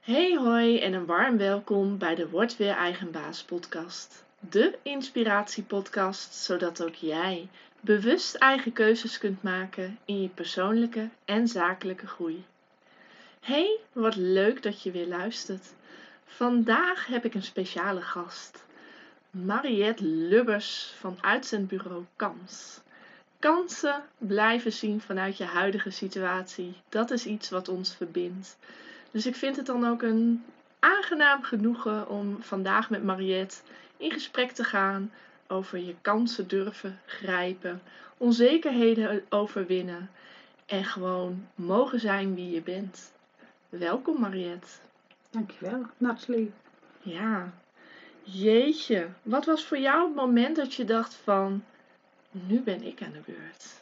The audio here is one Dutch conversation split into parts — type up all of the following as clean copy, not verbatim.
Hey hoi en een warm welkom bij de Word Weer Eigen Baas podcast. De inspiratiepodcast zodat ook jij bewust eigen keuzes kunt maken in je persoonlijke en zakelijke groei. Hey, wat leuk dat je weer luistert. Vandaag heb ik een speciale gast. Mariette Lubbers van uitzendbureau Kans. Kansen blijven zien vanuit je huidige situatie, dat is iets wat ons verbindt. Dus ik vind het dan ook een aangenaam genoegen om vandaag met Mariette in gesprek te gaan over je kansen durven grijpen, onzekerheden overwinnen en gewoon mogen zijn wie je bent. Welkom Mariette. Dankjewel, Nathalie. Ja, jeetje, wat was voor jou het moment dat je dacht van, nu ben ik aan de beurt?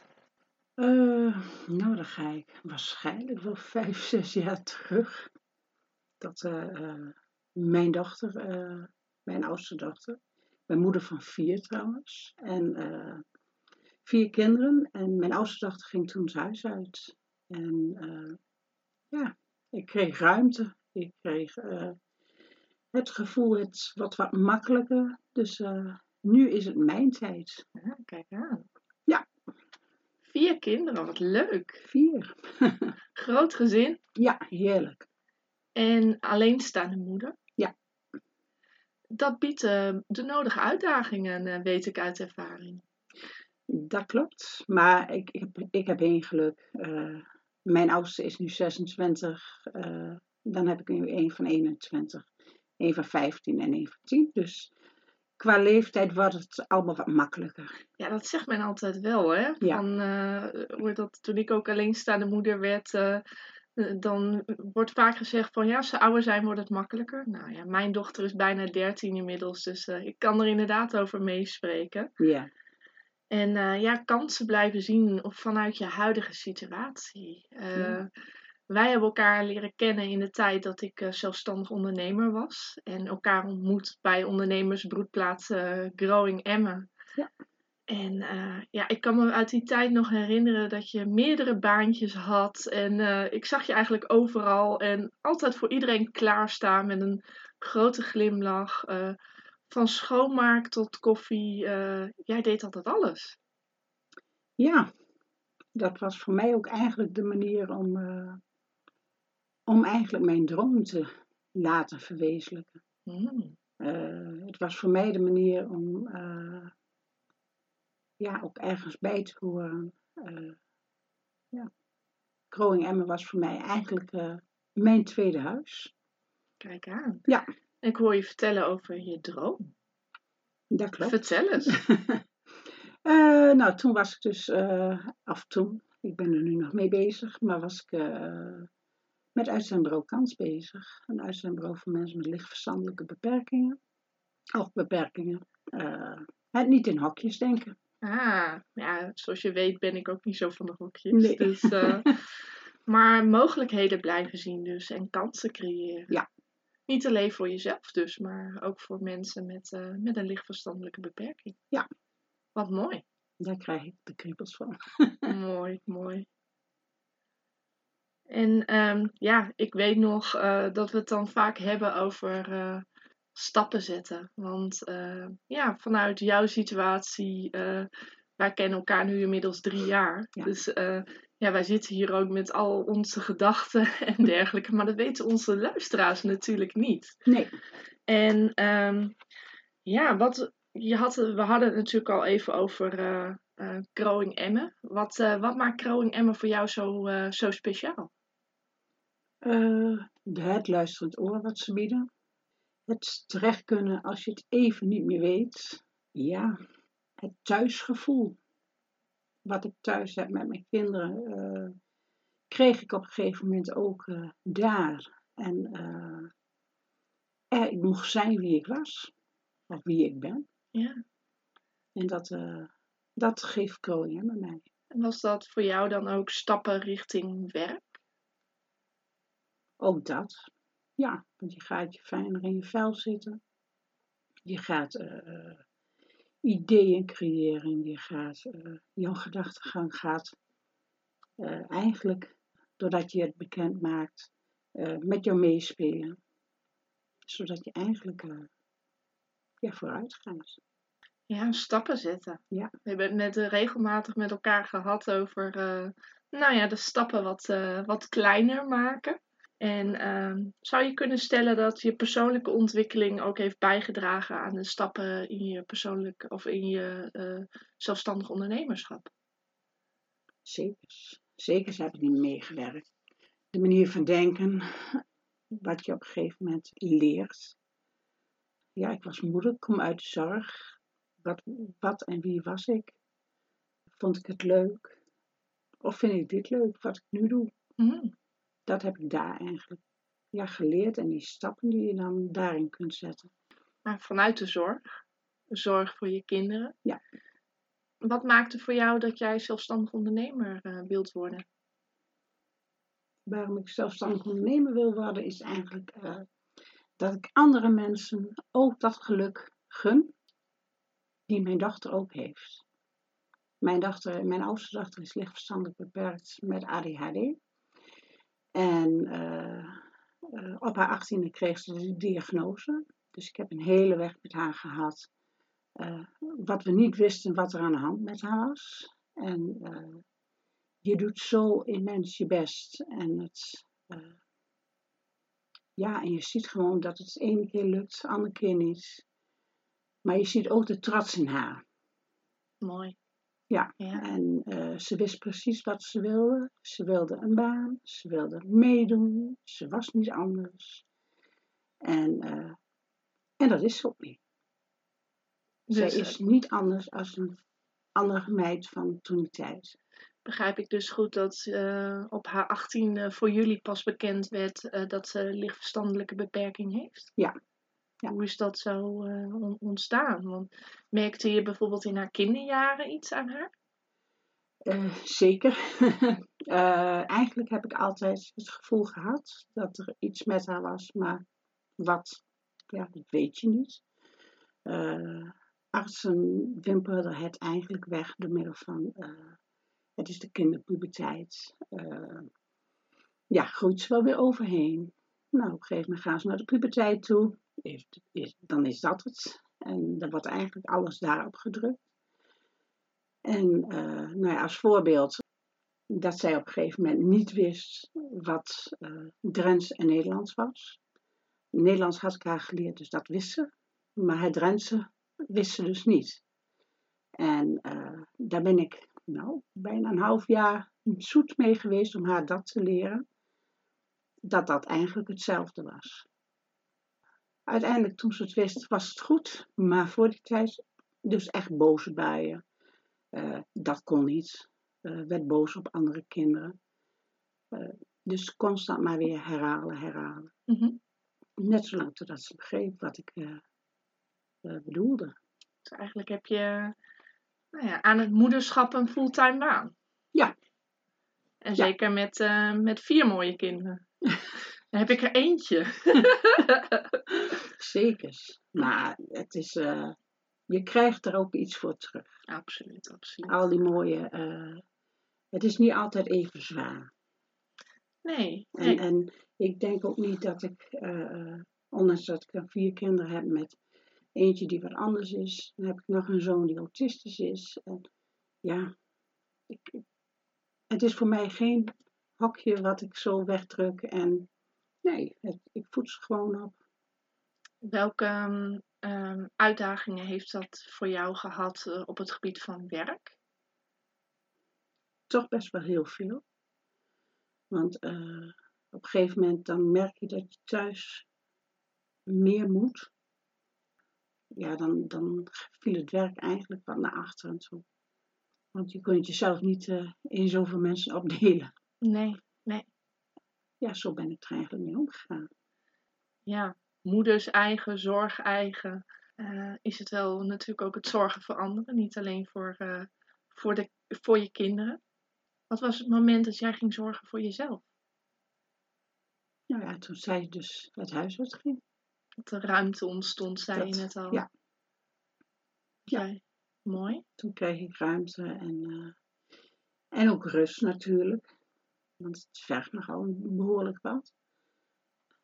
Nou, dan ga ik waarschijnlijk wel 5, 6 jaar terug. Dat mijn dochter, mijn oudste dochter, ik ben moeder van 4 trouwens, en 4 kinderen. En mijn oudste dochter ging toen het huis uit. En ja, ik kreeg ruimte. Ik kreeg het gevoel, het wat makkelijker. Dus nu is het mijn tijd. Ja, kijk aan. Ja. 4 kinderen, wat leuk. 4. Groot gezin. Ja, heerlijk. En alleenstaande moeder. Ja. Dat biedt de nodige uitdagingen, weet ik uit ervaring. Dat klopt, maar ik heb één geluk. Mijn oudste is nu 26, dan heb ik nu één van 21, één van 15 en één van 10. Dus qua leeftijd wordt het allemaal wat makkelijker. Ja, dat zegt men altijd wel, hè? Ja. Toen ik ook alleenstaande moeder werd, dan wordt vaak gezegd van ja, als ze ouder zijn wordt het makkelijker. Nou ja, mijn dochter is bijna 13 inmiddels, dus ik kan er inderdaad over meespreken. Ja. En kansen blijven zien vanuit je huidige situatie. Ja. Wij hebben elkaar leren kennen in de tijd dat ik zelfstandig ondernemer was. En elkaar ontmoet bij ondernemersbroedplaats Growing Emmen. Ja. En ik kan me uit die tijd nog herinneren dat je meerdere baantjes had. En ik zag je eigenlijk overal en altijd voor iedereen klaarstaan met een grote glimlach. Van schoonmaak tot koffie. Jij deed altijd alles. Ja, dat was voor mij ook eigenlijk de manier om eigenlijk mijn droom te laten verwezenlijken. Het was voor mij de manier om ook ergens bij te horen. Growing Emmen was voor mij eigenlijk mijn tweede huis. Kijk aan. Ja. Ik hoor je vertellen over je droom. Dat klopt. Vertel eens. Toen was ik dus, ik ben er nu nog mee bezig, maar was ik met uitzendbureau Kans bezig. Een uitzendbureau voor mensen met lichtverstandelijke beperkingen. Of beperkingen. Niet in hokjes denken. Ja, zoals je weet ben ik ook niet zo van de hokjes. Nee. Dus, maar mogelijkheden blijven zien dus en kansen creëren. Ja. Niet alleen voor jezelf dus, maar ook voor mensen met een lichtverstandelijke beperking. Ja. Wat mooi. Daar krijg ik de kriebels van. Mooi, mooi. En ik weet nog dat we het dan vaak hebben over stappen zetten. Want vanuit jouw situatie, wij kennen elkaar nu inmiddels 3 jaar. Ja. Dus wij zitten hier ook met al onze gedachten en dergelijke. Maar dat weten onze luisteraars natuurlijk niet. Nee. En we hadden het natuurlijk al even over Growing Emmen. Wat maakt Growing Emmen voor jou zo speciaal? Het luisterend oor wat ze bieden. Het terecht kunnen als je het even niet meer weet. Ja, het thuisgevoel. Wat ik thuis heb met mijn kinderen, kreeg ik op een gegeven moment ook daar. En ik mocht zijn wie ik was. Of wie ik ben. Ja. En dat geeft Growing Emmen mij. En was dat voor jou dan ook stappen richting werk? Ook dat. Ja, want je gaat je fijner in je vel zitten. Je gaat ideeën creëren. Je gaat, jouw gedachtegang gaat eigenlijk, doordat je het bekend maakt, met jou meespelen. Zodat je eigenlijk vooruit gaat. Ja, stappen zetten. Ja. We hebben het net regelmatig met elkaar gehad over de stappen wat kleiner maken. En zou je kunnen stellen dat je persoonlijke ontwikkeling ook heeft bijgedragen aan de stappen in je persoonlijk of in je zelfstandig ondernemerschap? Zeker heb ik niet meegewerkt. De manier van denken, wat je op een gegeven moment leert. Ja, ik was moeder, ik kom uit de zorg. Wat en wie was ik? Vond ik het leuk? Of vind ik dit leuk, wat ik nu doe? Mm. Dat heb ik daar eigenlijk geleerd en die stappen die je dan daarin kunt zetten. Maar vanuit de zorg voor je kinderen. Ja. Wat maakte voor jou dat jij zelfstandig ondernemer wilt worden? Waarom ik zelfstandig ondernemer wil worden is eigenlijk dat ik andere mensen ook dat geluk gun die mijn dochter ook heeft. Mijn oudste dochter is lichtverstandelijk beperkt met ADHD. En op haar 18e kreeg ze de diagnose. Dus ik heb een hele weg met haar gehad. Wat we niet wisten wat er aan de hand met haar was. En je doet zo immens je best. En en je ziet gewoon dat het de ene keer lukt, de andere keer niet. Maar je ziet ook de trots in haar. Mooi. Ja. En ze wist precies wat ze wilde. Ze wilde een baan, ze wilde meedoen, ze was niet anders. En dat is ze ook niet. Dus, zij is niet anders als een andere meid van toen die tijd. Begrijp ik dus goed dat op haar 18e voor jullie pas bekend werd dat ze lichtverstandelijke beperking heeft? Ja. Hoe is dat zo ontstaan? Want merkte je bijvoorbeeld in haar kinderjaren iets aan haar? Zeker. Eigenlijk heb ik altijd het gevoel gehad dat er iets met haar was, maar wat, dat weet je niet. Artsen wimperden het eigenlijk weg door middel van, het is de kinderpuberteit. Groeit ze wel weer overheen. Nou, op een gegeven moment gaan ze naar de puberteit toe. Dan is dat het. En dan wordt eigenlijk alles daarop gedrukt. En als voorbeeld dat zij op een gegeven moment niet wist wat Drents en Nederlands was. Nederlands had ik haar geleerd, dus dat wist ze. Maar het Drentse wist ze dus niet. En daar ben ik bijna een half jaar zoet mee geweest om haar dat te leren. Dat eigenlijk hetzelfde was. Uiteindelijk, toen ze het wist, was het goed. Maar voor die tijd, dus echt boze buien. Dat kon niet. Werd boos op andere kinderen. Dus constant maar weer herhalen. Mm-hmm. Net zolang totdat ze begreep wat ik bedoelde. Dus eigenlijk heb je aan het moederschap een fulltime baan. Ja. En zeker met 4 mooie kinderen. Dan heb ik er eentje. Zeker. Maar het is, je krijgt er ook iets voor terug. Absoluut. Al die mooie, het is niet altijd even zwaar. Nee. En ik denk ook niet dat ik, ondanks dat ik dan 4 kinderen heb met eentje die wat anders is, dan heb ik nog een zoon die autistisch is. En het is voor mij geen hokje wat ik zo wegdruk. En nee, ik voed ze gewoon op. Welke uitdagingen heeft dat voor jou gehad op het gebied van werk? Toch best wel heel veel. Want op een gegeven moment dan merk je dat je thuis meer moet. Ja, dan viel het werk eigenlijk wat naar achteren toe. Want je kunt jezelf niet in zoveel mensen opdelen. Nee. Ja, zo ben ik er eigenlijk mee omgegaan. Ja, moeders eigen, zorg eigen. Is het wel natuurlijk ook het zorgen voor anderen. Niet alleen voor je kinderen. Wat was het moment dat jij ging zorgen voor jezelf? Nou ja, toen zij dus het huis uitging. Dat er ruimte ontstond, zei je net al. Ja. Mooi. Toen kreeg ik ruimte en ook rust natuurlijk. Want het vergt nogal behoorlijk wat.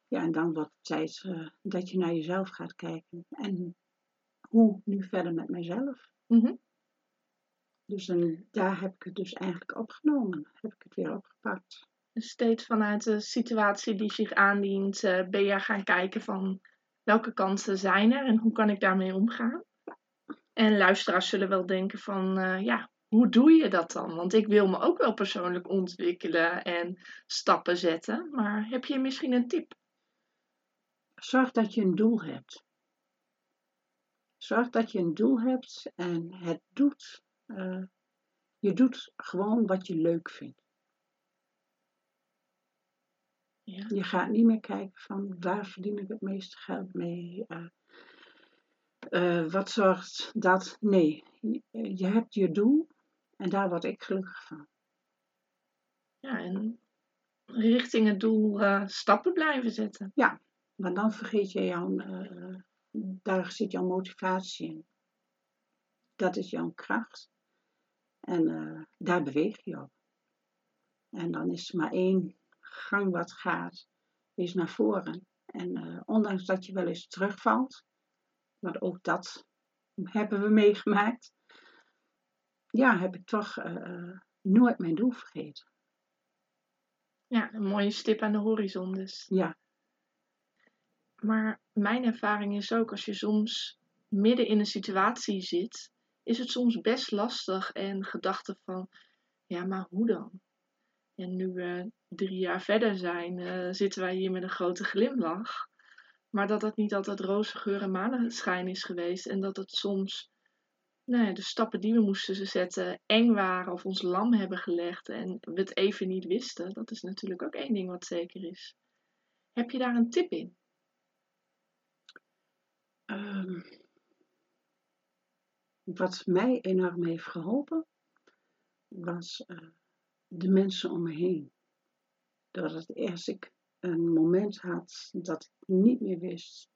Ja, en dan wordt het tijd dat je naar jezelf gaat kijken. En hoe nu verder met mijzelf? Mhm. Dus daar heb ik het dus eigenlijk opgenomen. Heb ik het weer opgepakt. Dus steeds vanuit de situatie die zich aandient, ben je gaan kijken van welke kansen zijn er en hoe kan ik daarmee omgaan? En luisteraars zullen wel denken van, ja, hoe doe je dat dan? Want ik wil me ook wel persoonlijk ontwikkelen en stappen zetten. Maar heb je misschien een tip? Zorg dat je een doel hebt. Zorg dat je een doel hebt en het doet. Je doet gewoon wat je leuk vindt. Ja. Je gaat niet meer kijken van waar verdien ik het meeste geld mee. Wat zorgt dat? Nee, je hebt je doel en daar word ik gelukkig van. Ja, en richting het doel stappen blijven zetten. Ja, want dan vergeet je daar zit jouw motivatie in. Dat is jouw kracht en daar beweeg je op. En dan is er maar één gang wat gaat, is naar voren. En ondanks dat je wel eens terugvalt, want ook dat hebben we meegemaakt, ja, heb ik toch nooit mijn doel vergeten. Ja, een mooie stip aan de horizon dus. Ja, Maar mijn ervaring is ook, als je soms midden in een situatie zit, is het soms best lastig en gedachten van, ja, maar hoe dan? En nu we 3 jaar verder zijn, zitten wij hier met een grote glimlach. Maar dat het niet altijd roze geur en maneschijn is geweest. En dat het soms, nou ja, de stappen die we moesten zetten eng waren of ons lam hebben gelegd en we het even niet wisten. Dat is natuurlijk ook één ding wat zeker is. Heb je daar een tip in? ehm, wat mij enorm heeft geholpen, was de mensen om me heen. Doordat eerst ik een moment had dat ik niet meer wist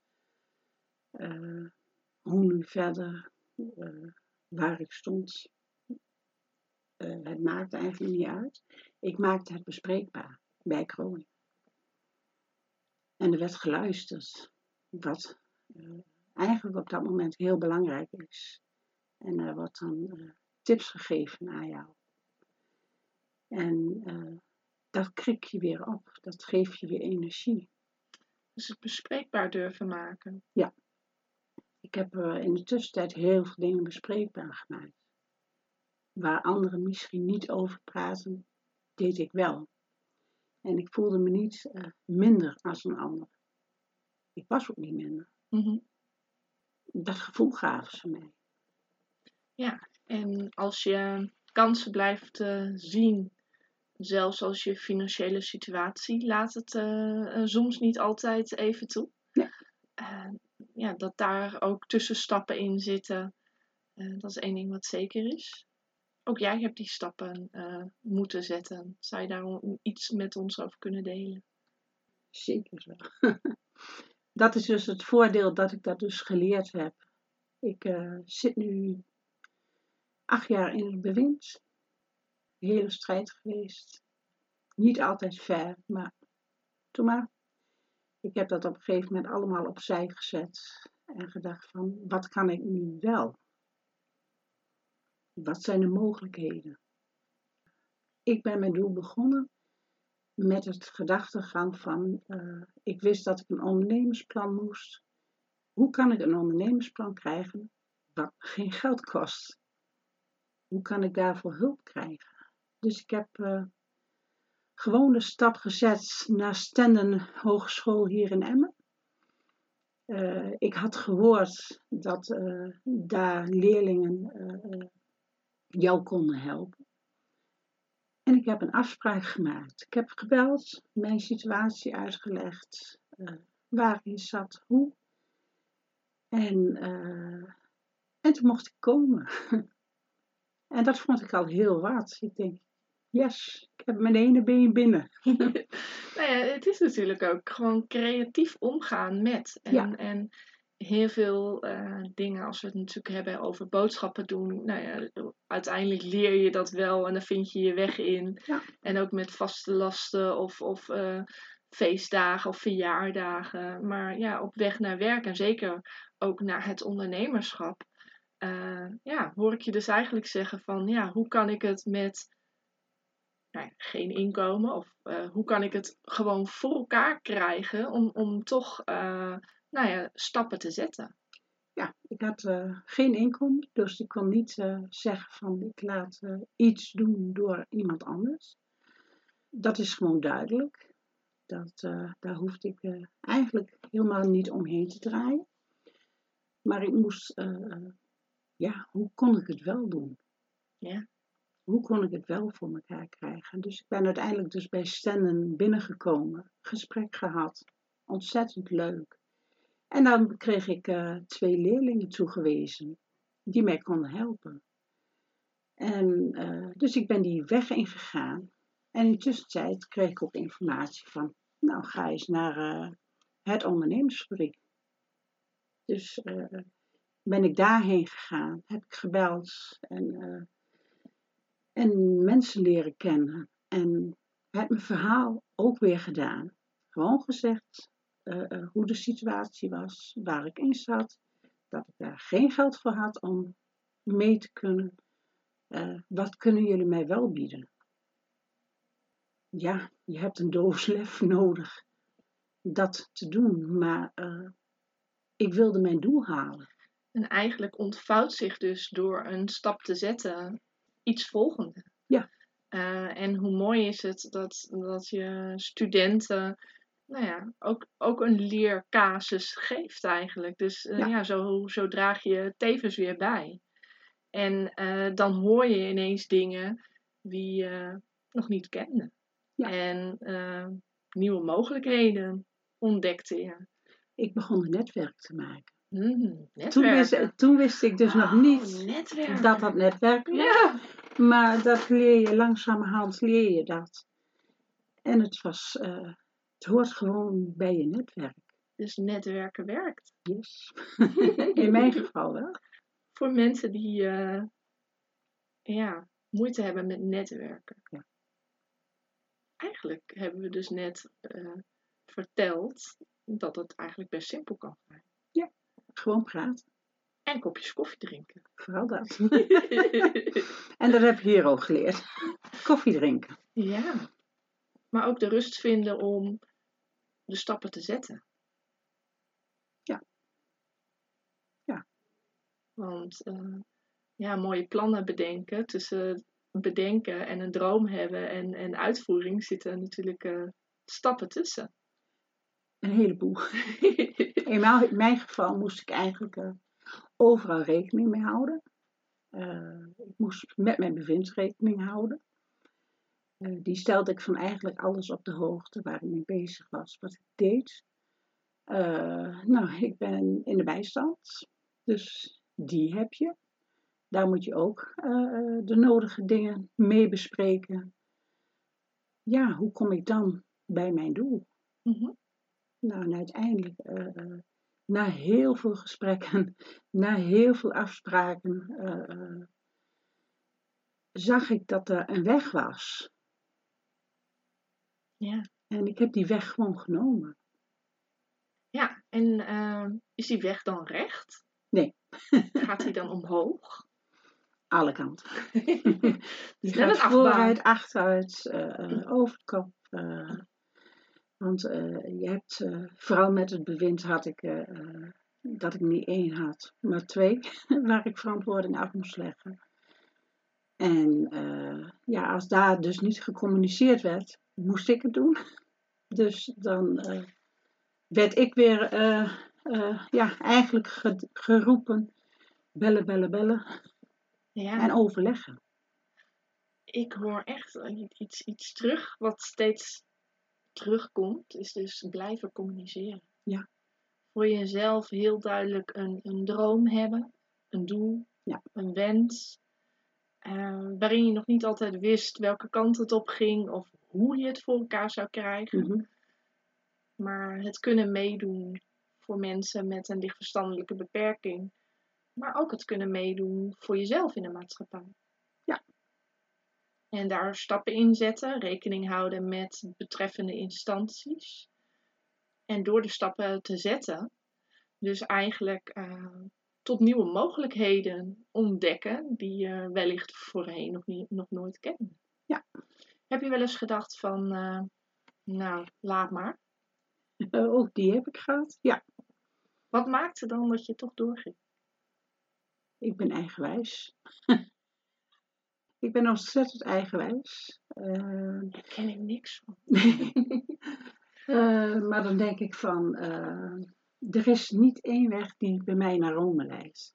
hoe nu verder, waar ik stond. Het maakte eigenlijk niet uit. Ik maakte het bespreekbaar bij Kroon. En er werd geluisterd, wat eigenlijk op dat moment heel belangrijk is. En er wordt dan tips gegeven aan jou. En dat krik je weer op, dat geeft je weer energie. Dus het bespreekbaar durven maken. Ja, ik heb in de tussentijd heel veel dingen bespreekbaar gemaakt. Waar anderen misschien niet over praten, deed ik wel. En ik voelde me niet minder als een ander. Ik was ook niet minder. Mhm. Dat gevoel gaven ze mij. Ja, en als je kansen blijft zien, zelfs als je financiële situatie laat het soms niet altijd even toe. Nee. Ja, dat daar ook tussenstappen in zitten. Dat is één ding wat zeker is. Ook jij hebt die stappen moeten zetten. Zou je daar iets met ons over kunnen delen? Zeker wel. Dat is dus het voordeel dat ik dat dus geleerd heb. Ik zit nu 8 jaar in het bewind. Hele strijd geweest. Niet altijd fair, maar toen maar. Ik heb dat op een gegeven moment allemaal opzij gezet. En gedacht van, wat kan ik nu wel? Wat zijn de mogelijkheden? Ik ben mijn doel begonnen met het gedachtegang van, ik wist dat ik een ondernemersplan moest. Hoe kan ik een ondernemersplan krijgen wat geen geld kost? Hoe kan ik daarvoor hulp krijgen? Dus ik heb gewoon de stap gezet naar Stenden Hogeschool hier in Emmen. Ik had gehoord dat daar leerlingen jou konden helpen. En ik heb een afspraak gemaakt. Ik heb gebeld, mijn situatie uitgelegd, waar ik zat, hoe. En toen mocht ik komen. En dat vond ik al heel wat. Ik denk, yes, ik heb mijn ene been binnen. Nou ja, het is natuurlijk ook gewoon creatief omgaan met. Ja. En heel veel dingen, als we het natuurlijk hebben over boodschappen doen. Nou ja, uiteindelijk leer je dat wel en dan vind je je weg in. Ja. En ook met vaste lasten of feestdagen of verjaardagen. Maar ja, op weg naar werk en zeker ook naar het ondernemerschap. Hoor ik je dus eigenlijk zeggen van ja, hoe kan ik het met geen inkomen of hoe kan ik het gewoon voor elkaar krijgen om toch stappen te zetten. Ja, ik had geen inkomen, dus ik kon niet zeggen van ik laat iets doen door iemand anders. Dat is gewoon duidelijk. Daar hoefde ik eigenlijk helemaal niet omheen te draaien. Maar ik moest, hoe kon ik het wel doen? Ja. Hoe kon ik het wel voor elkaar krijgen? Dus ik ben uiteindelijk dus bij Stenden binnengekomen, gesprek gehad, ontzettend leuk. En dan kreeg ik 2 leerlingen toegewezen die mij konden helpen. En dus ik ben die weg ingegaan. En in de tussentijd kreeg ik ook informatie van, nou ga eens naar het ondernemersfabriek. Dus ben ik daarheen gegaan, heb ik gebeld en mensen leren kennen. En heb mijn verhaal ook weer gedaan. Gewoon gezegd hoe de situatie was, waar ik in zat. Dat ik daar geen geld voor had om mee te kunnen. Wat kunnen jullie mij wel bieden? Ja, je hebt een doos lef nodig dat te doen. Maar ik wilde mijn doel halen. En eigenlijk ontvouwt zich dus door een stap te zetten iets volgende. Ja. En hoe mooi is het dat je studenten ook een leercasus geeft eigenlijk. Dus zo draag je tevens weer bij. En dan hoor je ineens dingen die je nog niet kende. Ja. En nieuwe mogelijkheden ontdekte je. Ik begon een netwerk te maken. Netwerken. Toen wist ik dus nog niet netwerken. dat netwerk was. Ja. Maar dat leer je langzamerhand, leer je dat. En het hoort gewoon bij je netwerk. Dus netwerken werkt. Yes. In mijn geval wel. Voor mensen die moeite hebben met netwerken. Ja. Eigenlijk hebben we dus net verteld dat het eigenlijk best simpel kan zijn. Ja, gewoon praten. En kopjes koffie drinken. Vooral dat. En dat heb ik hier ook geleerd. Koffie drinken. Ja. Maar ook de rust vinden om de stappen te zetten. Ja. Ja. Want mooie plannen bedenken. Tussen bedenken en een droom hebben en uitvoering zitten natuurlijk stappen tussen. Een heleboel. In mijn geval moest ik eigenlijk overal rekening mee houden. Ik moest met mijn bevind rekening houden. Die stelde ik van eigenlijk alles op de hoogte waar ik mee bezig was, wat ik deed. Ik ben in de bijstand, dus die heb je. Daar moet je ook de nodige dingen mee bespreken. Ja, hoe kom ik dan bij mijn doel? Mm-hmm. Nou, en uiteindelijk, na heel veel gesprekken, na heel veel afspraken, zag ik dat er een weg was. Ja. En ik heb die weg gewoon genomen. Ja, en is die weg dan recht? Nee. Gaat die dan omhoog? Alle kanten. Die Net gaat een achtbaan. vooruit, achteruit, over de kop. Want je hebt, vooral met het bewind had ik, dat ik niet 1 had, maar 2, waar ik verantwoording af moest leggen. En als daar dus niet gecommuniceerd werd, moest ik het doen. Dus dan werd ik weer eigenlijk geroepen, bellen. Ja. En overleggen. Ik hoor echt iets terug wat steeds terugkomt, is dus blijven communiceren. Ja. Voor jezelf heel duidelijk een droom hebben, een doel, een wens, waarin je nog niet altijd wist welke kant het op ging of hoe je het voor elkaar zou krijgen. Mm-hmm. Maar het kunnen meedoen voor mensen met een lichtverstandelijke beperking, maar ook het kunnen meedoen voor jezelf in de maatschappij. Ja. En daar stappen in zetten, rekening houden met betreffende instanties. En door de stappen te zetten, dus eigenlijk tot nieuwe mogelijkheden ontdekken die je wellicht voorheen nog nooit kende. Ja. Heb je wel eens gedacht van, nou, laat maar. Ook die heb ik gehad. Ja, Wat maakte dan dat je toch doorging? ik ben eigenwijs. Ik ben ontzettend eigenwijs. Daar ken ik niks van. Maar dan denk ik van, er is niet één weg die bij mij naar Rome leidt.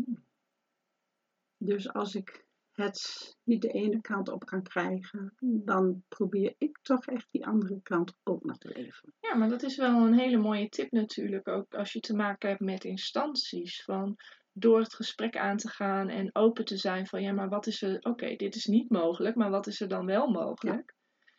Dus als ik het niet de ene kant op kan krijgen, dan probeer ik toch echt die andere kant ook nog te leven. Ja, maar dat is wel een hele mooie tip natuurlijk, ook als je te maken hebt met instanties. Van door het gesprek aan te gaan en open te zijn van, ja, maar wat is er, oké, dit is niet mogelijk, maar wat is er dan wel mogelijk?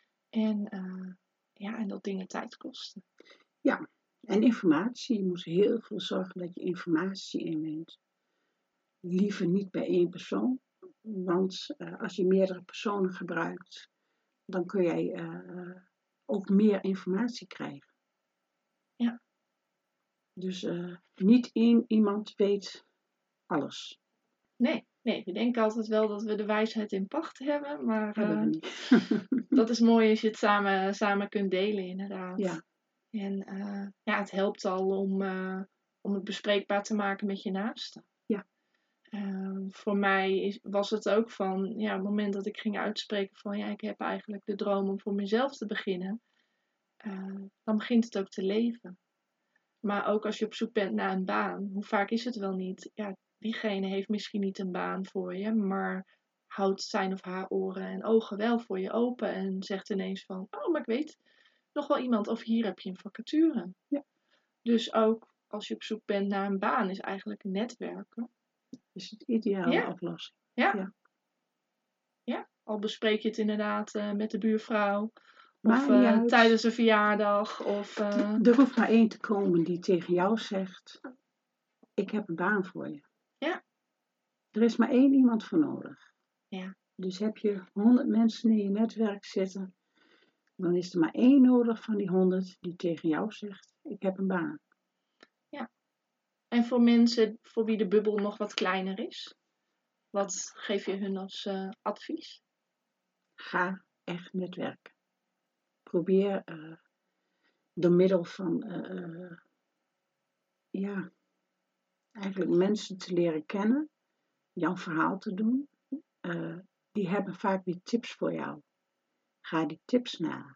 En dat dingen tijd kosten. Ja, en informatie. Je moet heel veel zorgen dat je informatie inwint. Liever niet bij één persoon, want als je meerdere personen gebruikt, dan kun jij ook meer informatie krijgen. Ja. Dus niet één iemand weet alles. Nee, we denken altijd wel dat we de wijsheid in pacht hebben, maar Hebben we niet. dat is mooi als je het samen kunt delen inderdaad. Ja. En het helpt al om het bespreekbaar te maken met je naasten. Ja. Voor mij was het ook van, ja, op het moment dat ik ging uitspreken van, ja, ik heb eigenlijk de droom om voor mezelf te beginnen, dan begint het ook te leven. Maar ook als je op zoek bent naar een baan, hoe vaak is het wel niet? Ja, diegene heeft misschien niet een baan voor je, maar houdt zijn of haar oren en ogen wel voor je open en zegt ineens van, oh, maar ik weet nog wel iemand of hier heb je een vacature. Ja. Dus ook als je op zoek bent naar een baan, is eigenlijk netwerken. Is het ideale oplossing. Ja. Al bespreek je het inderdaad met de buurvrouw. Of Maakt niet uit. tijdens een verjaardag. Of, Er hoeft maar één te komen die tegen jou zegt, ik heb een baan voor je. Ja. Er is maar één iemand voor nodig. Ja. Dus heb je 100 mensen in je netwerk zitten, dan is er maar één nodig van die 100 die tegen jou zegt, ik heb een baan. Ja. En voor mensen voor wie de bubbel nog wat kleiner is, wat geef je hun als advies? Ga echt netwerken. Probeer door middel van eigenlijk mensen te leren kennen, jouw verhaal te doen. Die hebben vaak weer tips voor jou. Ga die tips na.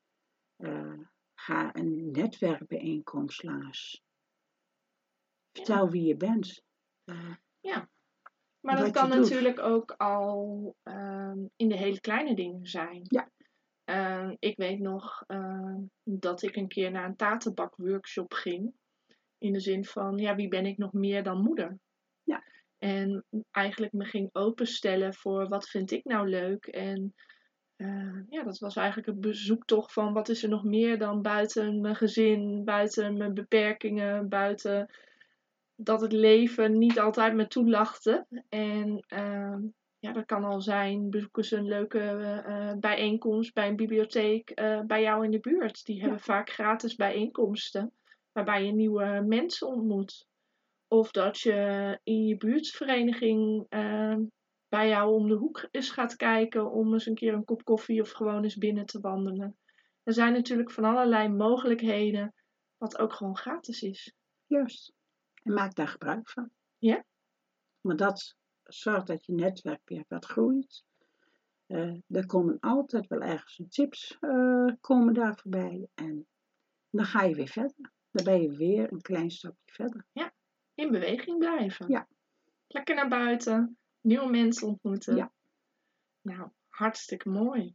Ga een netwerkbijeenkomst langs. Vertel wie je bent. Maar dat wat kan je doet. natuurlijk ook al in de hele kleine dingen zijn. Ja. Ik weet nog dat ik een keer naar een tatenbakworkshop ging. In de zin van, ja, wie ben ik nog meer dan moeder? Ja. En eigenlijk me ging openstellen voor wat vind ik nou leuk. En dat was eigenlijk een bezoektocht van wat is er nog meer dan buiten mijn gezin, buiten mijn beperkingen, buiten dat het leven niet altijd me toelachte. En dat kan al zijn, bezoeken ze een leuke bijeenkomst bij een bibliotheek bij jou in de buurt. Die hebben vaak gratis bijeenkomsten waarbij je nieuwe mensen ontmoet. Of dat je in je buurtvereniging bij jou om de hoek eens gaat kijken om eens een keer een kop koffie of gewoon eens binnen te wandelen. Er zijn natuurlijk van allerlei mogelijkheden wat ook gewoon gratis is. Juist. En maak daar gebruik van. Ja? Maar dat zorgt dat je netwerk weer wat groeit. Er komen altijd wel ergens tips komen daar voorbij. En dan ga je weer verder. Dan ben je weer een klein stapje verder. Ja, in beweging blijven. Ja. Lekker naar buiten, nieuwe mensen ontmoeten. Ja. Nou, hartstikke mooi.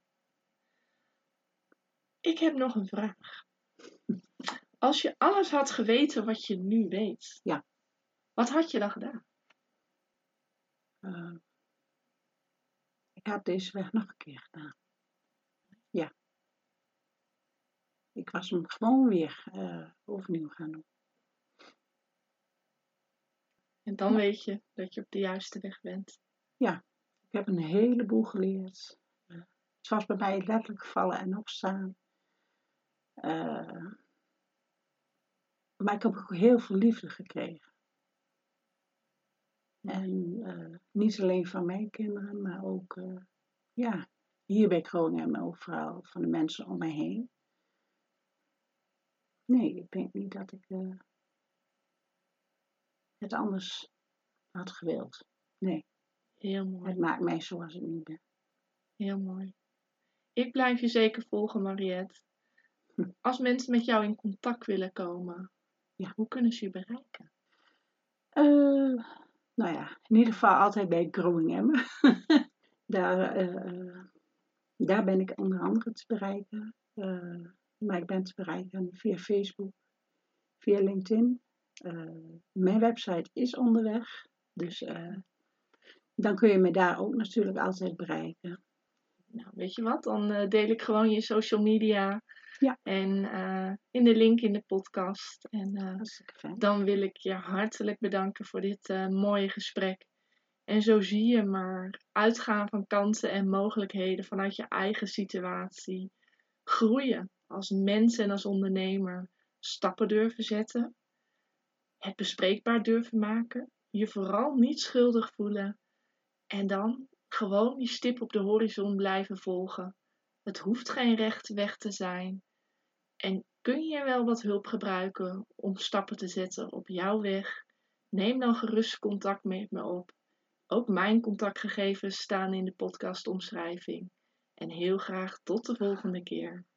Ik heb nog een vraag. Als je alles had geweten wat je nu weet, wat had je dan gedaan? Ik had deze weg nog een keer gedaan. Ja. Ik was hem gewoon weer overnieuw gaan doen. En dan weet je dat je op de juiste weg bent. Ja, ik heb een heleboel geleerd. Het was bij mij letterlijk vallen en opstaan. Maar ik heb ook heel veel liefde gekregen. En niet alleen van mijn kinderen, maar ook hier bij Groningen en overal van de mensen om mij heen. Nee, ik denk niet dat ik het anders had gewild. Nee, Heel mooi, het maakt mij zoals ik nu ben. heel mooi. Ik blijf je zeker volgen, Mariette. Als mensen met jou in contact willen komen, Ja. hoe kunnen ze je bereiken? Nou ja, in ieder geval altijd bij Groningen. Daar ben ik onder andere te bereiken. Maar ik ben te bereiken via Facebook, via LinkedIn. Mijn website is onderweg. Dus dan kun je me daar ook natuurlijk altijd bereiken. Nou, weet je wat? Dan deel ik gewoon je social media Ja. en in de link in de podcast. En Hartstikke fijn. dan wil ik je hartelijk bedanken voor dit mooie gesprek. En zo zie je maar uitgaan van kansen en mogelijkheden vanuit je eigen situatie. Groeien als mens en als ondernemer. Stappen durven zetten. Het bespreekbaar durven maken. Je vooral niet schuldig voelen. En dan gewoon die stip op de horizon blijven volgen. Het hoeft geen rechte weg te zijn. En kun je wel wat hulp gebruiken om stappen te zetten op jouw weg? Neem dan gerust contact met me op. Ook mijn contactgegevens staan in de podcastomschrijving. En heel graag tot de volgende keer.